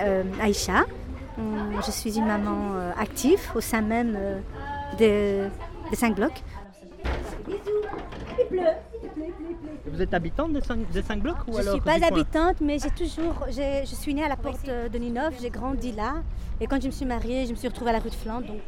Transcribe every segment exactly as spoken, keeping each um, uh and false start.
euh, Aïcha. Hum, Je suis une maman euh, active au sein même euh, des, des cinq blocs. Vous êtes habitante des cinq, des cinq blocs ou Je ne alors suis pas du coin? habitante, mais j'ai toujours, j'ai- je suis née à la porte de Ninove, j'ai grandi là. Et quand je me suis mariée, je me suis retrouvée à la rue de Flandre. Donc...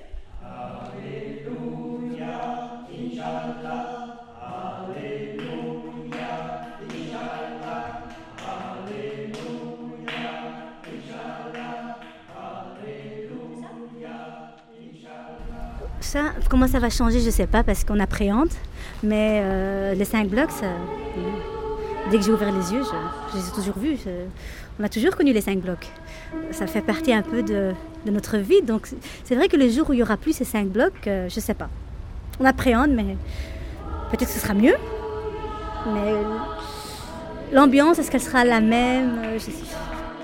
Ça, comment ça va changer, je ne sais pas, parce qu'on appréhende. Mais euh, les cinq blocs, ça, dès que j'ai ouvert les yeux, je, je les ai toujours vus. Je- on a toujours connu les cinq blocs. Ça fait partie un peu de, de notre vie. Donc c'est vrai que le jour où il n'y aura plus ces cinq blocs, euh, je ne sais pas. On appréhende, mais peut-être que ce sera mieux. Mais l'ambiance, est-ce qu'elle sera la même? Je sais pas.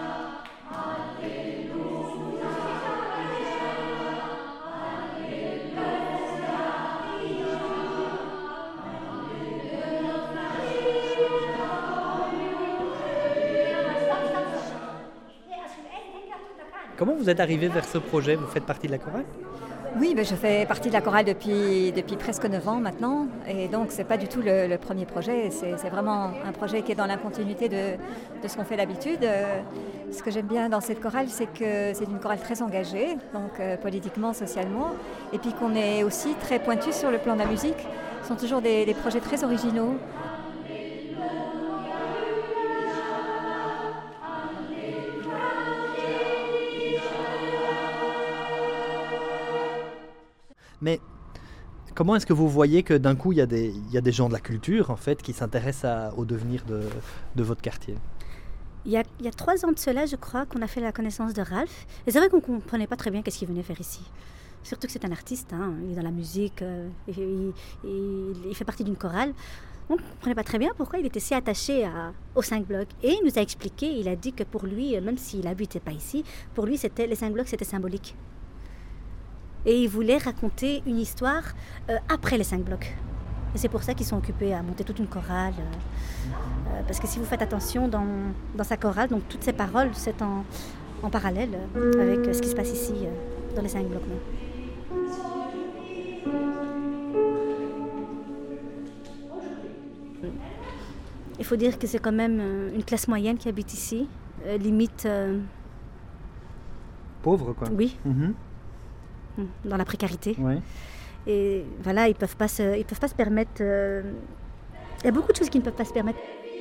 Comment vous êtes arrivé vers ce projet? Vous faites partie de la chorale? Oui, ben, je fais partie de la chorale depuis, depuis presque neuf ans maintenant. Et donc, ce n'est pas du tout le, le premier projet. C'est, c'est vraiment un projet qui est dans la continuité de, de ce qu'on fait d'habitude. Euh, ce que j'aime bien dans cette chorale, c'est que c'est une chorale très engagée, donc euh, politiquement, socialement. Et puis qu'on est aussi très pointu sur le plan de la musique. Ce sont toujours des, des projets très originaux. Mais comment est-ce que vous voyez que d'un coup, il y a des, il y a des gens de la culture en fait, qui s'intéressent à- au devenir de, de votre quartier? Il y, a, il y a trois ans de cela, je crois, qu'on a fait la connaissance de Ralph. Et c'est vrai qu'on ne comprenait pas très bien qu'est-ce qu'il venait faire ici. Surtout que c'est un artiste, hein, il est dans la musique, euh, il, il- il- il fait partie d'une chorale. On ne comprenait pas très bien pourquoi il était si attaché à- aux cinq blocs. Et il nous a expliqué, il a dit que pour lui, même s'il n'habitait pas ici, pour lui, c'était, les cinq blocs, c'était symbolique. Et il voulait raconter une histoire euh, après les cinq blocs. Et c'est pour ça qu'ils sont occupés à monter toute une chorale. euh, euh, parce que si vous faites attention dans, dans sa chorale, donc toutes ces paroles, c'est en, en parallèle euh, avec euh, ce qui se passe ici, euh, dans les cinq blocs. Non. Il faut dire que c'est quand même euh, une classe moyenne qui habite ici, euh, limite, euh, Pauvre quoi. oui, Mhm. dans la précarité. Ouais. Et voilà, ils peuvent pas se, ils peuvent pas se permettre. euh, Il y a beaucoup de choses qu'ils ne peuvent pas se permettre.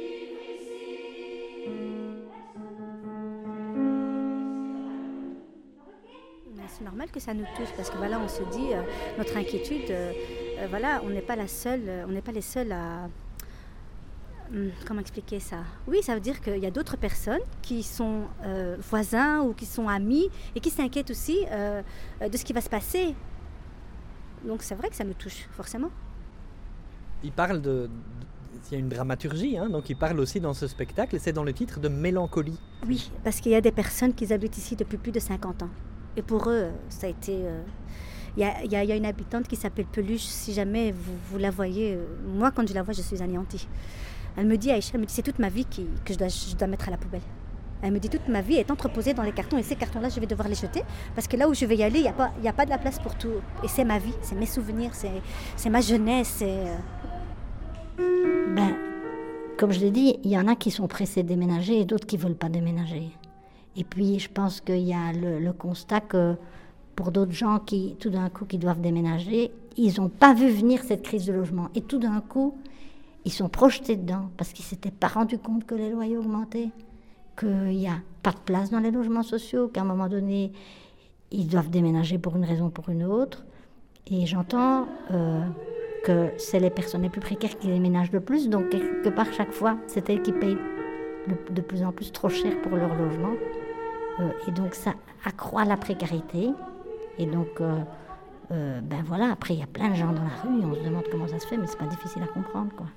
Mais c'est normal que ça nous touche parce que voilà, on se dit euh, notre inquiétude. euh, euh, voilà, on n'est pas la seule, euh, on n'est pas les seuls à. Hum, Comment expliquer ça? Oui, ça veut dire qu'il y a d'autres personnes qui sont euh, voisins ou qui sont amis et qui s'inquiètent aussi euh, euh, de ce qui va se passer. Donc c'est vrai que ça nous touche, forcément. Il parle de... de- Il y a une dramaturgie, hein, donc il parle aussi dans ce spectacle, et c'est dans le titre de Mélancolie. Oui, parce qu'il y a des personnes qui habitent ici depuis plus de cinquante ans. Et pour eux, ça a été... euh, Il y, a, il y a- il y a une habitante qui s'appelle Peluche, si jamais vous, vous la voyez. euh, Moi, quand je la vois, je suis anéantie. Elle me dit, Aïcha, elle me dit, c'est toute ma vie qui, que je dois, je dois mettre à la poubelle. Elle me dit, toute ma vie est entreposée dans les cartons, et ces cartons-là, je vais devoir les jeter, parce que là où je vais y aller, il n'y a, pas- il y a pas de la place pour tout. Et c'est ma vie, c'est mes souvenirs, c'est, c'est ma jeunesse, c'est... euh, Ben, comme je l'ai dit, il y en a qui sont pressés de déménager et d'autres qui ne veulent pas déménager. Et puis, je pense qu'il y a le, le constat que pour d'autres gens qui, tout d'un coup, qui doivent déménager, ils n'ont pas vu venir cette crise de logement. Et tout d'un coup, ils sont projetés dedans parce qu'ils ne s'étaient pas rendus compte que les loyers augmentaient, qu'il n'y a pas de place dans les logements sociaux, qu'à un moment donné, ils doivent déménager pour une raison ou pour une autre. Et j'entends... euh, que c'est les personnes les plus précaires qui déménagent le plus, donc quelque part chaque fois c'est elles qui payent le- de plus en plus trop cher pour leur logement. Euh, et donc ça accroît la précarité. Et donc euh, euh, ben voilà, après il y a plein de gens dans la rue et on se demande comment ça se fait, mais c'est pas difficile à comprendre quoi.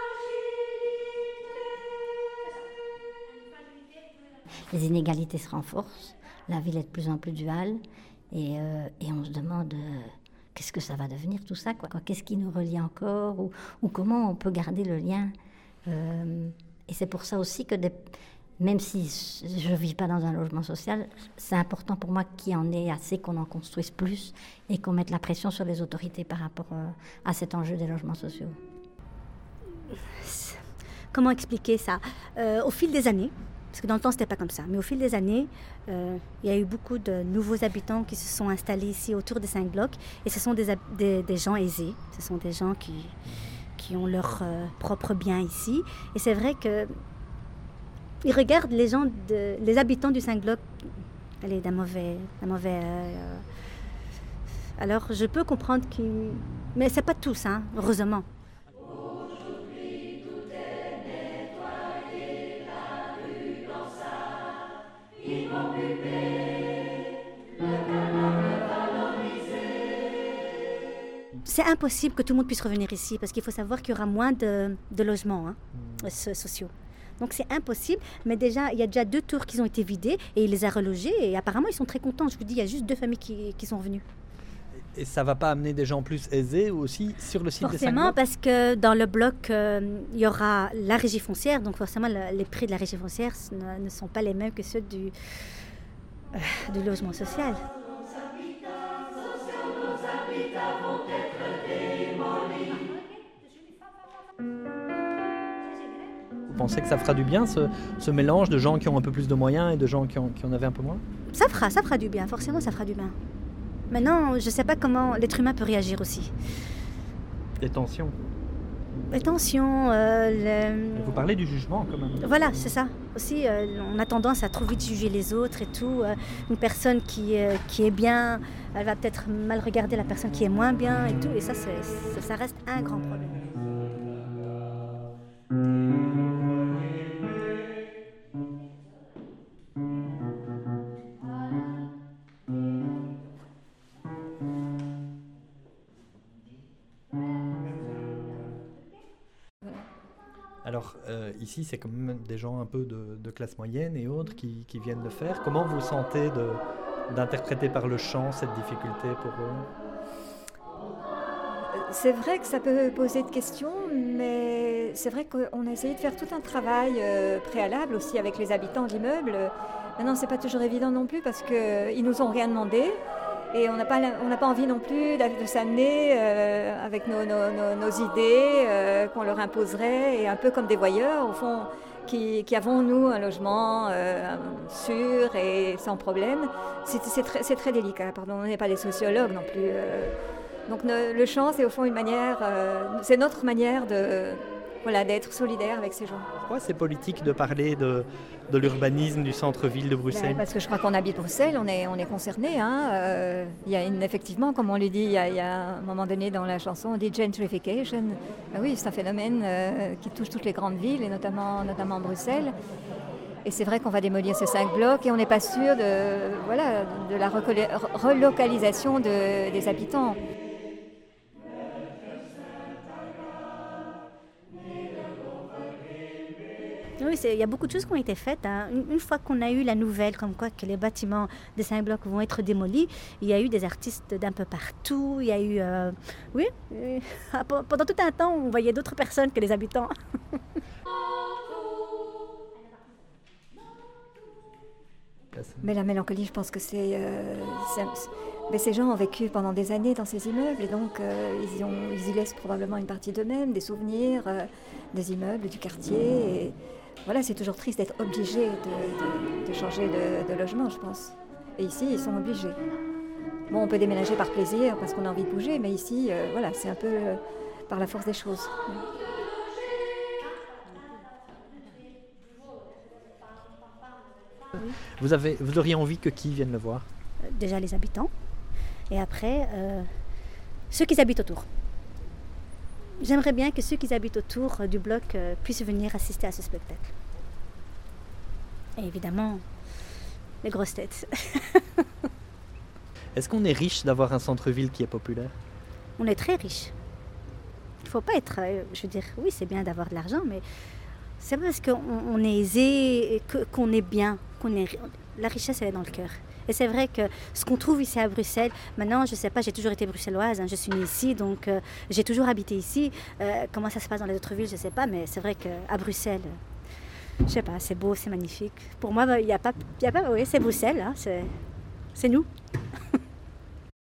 Les inégalités se renforcent, la ville est de plus en plus duale et, euh, et on se demande euh, qu'est-ce que ça va devenir tout ça quoi. Qu'est-ce qui nous relie encore ou, ou comment on peut garder le lien. Euh, et c'est pour ça aussi que des, même si je ne vis pas dans un logement social, c'est important pour moi qu'il y en ait assez, qu'on en construise plus et qu'on mette la pression sur les autorités par rapport à cet enjeu des logements sociaux. Comment expliquer ça ? euh, Au fil des années, parce que dans le temps, ce n'était pas comme ça, mais au fil des années, euh, il y a eu beaucoup de nouveaux habitants qui se sont installés ici autour des cinq blocs, et ce sont des, des, des gens aisés, ce sont des gens qui, qui ont leur euh, propre bien ici, et c'est vrai que ils regardent les gens, de, les habitants du cinq blocs, allez, d'un mauvais, d'un mauvais euh, alors je peux comprendre qu'ils... Mais c'est pas tous, hein, heureusement. C'est impossible que tout le monde puisse revenir ici parce qu'il faut savoir qu'il y aura moins de, de logements hein, mmh. sociaux. Donc c'est impossible, mais déjà il y a déjà deux tours qui ont été vidées et il les a relogés et apparemment ils sont très contents. Je vous dis, il y a juste deux familles qui, qui sont venues. Et ça ne va pas amener des gens plus aisés aussi sur le site des cinq blocs ? Forcément, parce que dans le bloc, euh, il y aura la régie foncière, donc forcément le, les prix de la régie foncière ne, ne sont pas les mêmes que ceux du, euh, du logement social. Vous pensez que ça fera du bien, ce, ce mélange de gens qui ont un peu plus de moyens et de gens qui, ont, qui en avaient un peu moins ? Ça fera, ça fera du bien, forcément ça fera du bien. Maintenant, je ne sais pas comment l'être humain peut réagir aussi. Les tensions. Les tensions, euh, le... Vous parlez du jugement quand même. Voilà, c'est ça. Aussi, euh, on a tendance à trop vite juger les autres et tout. Euh, une personne qui, euh, qui est bien, elle va peut-être mal regarder la personne qui est moins bien et tout. Et ça, c'est, ça, ça reste un grand problème. Alors euh, ici, c'est quand même des gens un peu de, de classe moyenne et autres qui, qui viennent le faire. Comment vous sentez de, d'interpréter par le chant cette difficulté pour eux ? C'est vrai que ça peut poser de questions, mais c'est vrai qu'on a essayé de faire tout un travail euh, préalable aussi avec les habitants de l'immeuble. Maintenant, c'est pas toujours évident non plus parce qu'ils nous ont rien demandé. Et on n'a pas, on n'a pas envie non plus de s'amener euh, avec nos, nos, nos, nos idées euh, qu'on leur imposerait, et un peu comme des voyeurs, au fond, qui, qui avons, nous, un logement euh, sûr et sans problème. C'est, c'est, très, c'est très délicat, pardon, on n'est pas des sociologues non plus. Euh. Donc ne, le chant, c'est au fond une manière, euh, c'est notre manière de... Voilà, d'être solidaire avec ces gens. Pourquoi c'est politique de parler de, de l'urbanisme du centre-ville de Bruxelles ? Ben, parce que je crois qu'on habite Bruxelles, on est, on est concerné. Hein. Euh, il y a une, effectivement, comme on le dit, il y, a, il y a un moment donné dans la chanson, on dit gentrification. Ben oui, c'est un phénomène euh, qui touche toutes les grandes villes, et notamment, notamment Bruxelles. Et c'est vrai qu'on va démolir ces cinq blocs et on n'est pas sûr de, voilà, de la relocalisation de, des habitants. Oui, il y a beaucoup de choses qui ont été faites. Hein. Une, une fois qu'on a eu la nouvelle, comme quoi que les bâtiments des cinq blocs vont être démolis, il y a eu des artistes d'un peu partout. Il y a eu, euh, oui, euh, pendant tout un temps, on voyait d'autres personnes que les habitants. Mais la mélancolie, je pense que c'est, euh, c'est, mais ces gens ont vécu pendant des années dans ces immeubles et donc euh, ils, y ont, ils y laissent probablement une partie d'eux-mêmes, des souvenirs, euh, des immeubles, du quartier. Et voilà, c'est toujours triste d'être obligé de, de, de changer de, de logement, je pense. Et ici, ils sont obligés. Bon, on peut déménager par plaisir parce qu'on a envie de bouger, mais ici, euh, voilà, c'est un peu euh, par la force des choses. Vous, avez, vous auriez envie que qui vienne le voir ? Déjà les habitants, et après euh, ceux qui habitent autour. J'aimerais bien que ceux qui habitent autour du bloc euh, puissent venir assister à ce spectacle. Et évidemment, les grosses têtes. Est-ce qu'on est riche d'avoir un centre-ville qui est populaire ? On est très riche. Il ne faut pas être... Euh, je veux dire, oui, c'est bien d'avoir de l'argent, mais c'est parce qu'on on est aisé, et que, qu'on est bien. Qu'on est, la richesse, elle est dans le cœur. Et c'est vrai que ce qu'on trouve ici à Bruxelles, maintenant, je ne sais pas, j'ai toujours été bruxelloise, hein, je suis née ici, donc euh, j'ai toujours habité ici. Euh, comment ça se passe dans les autres villes, je ne sais pas, mais c'est vrai qu'à Bruxelles, je sais pas, c'est beau, c'est magnifique. Pour moi, il n'y a pas, y a pas, oui, c'est Bruxelles, hein, c'est, c'est nous.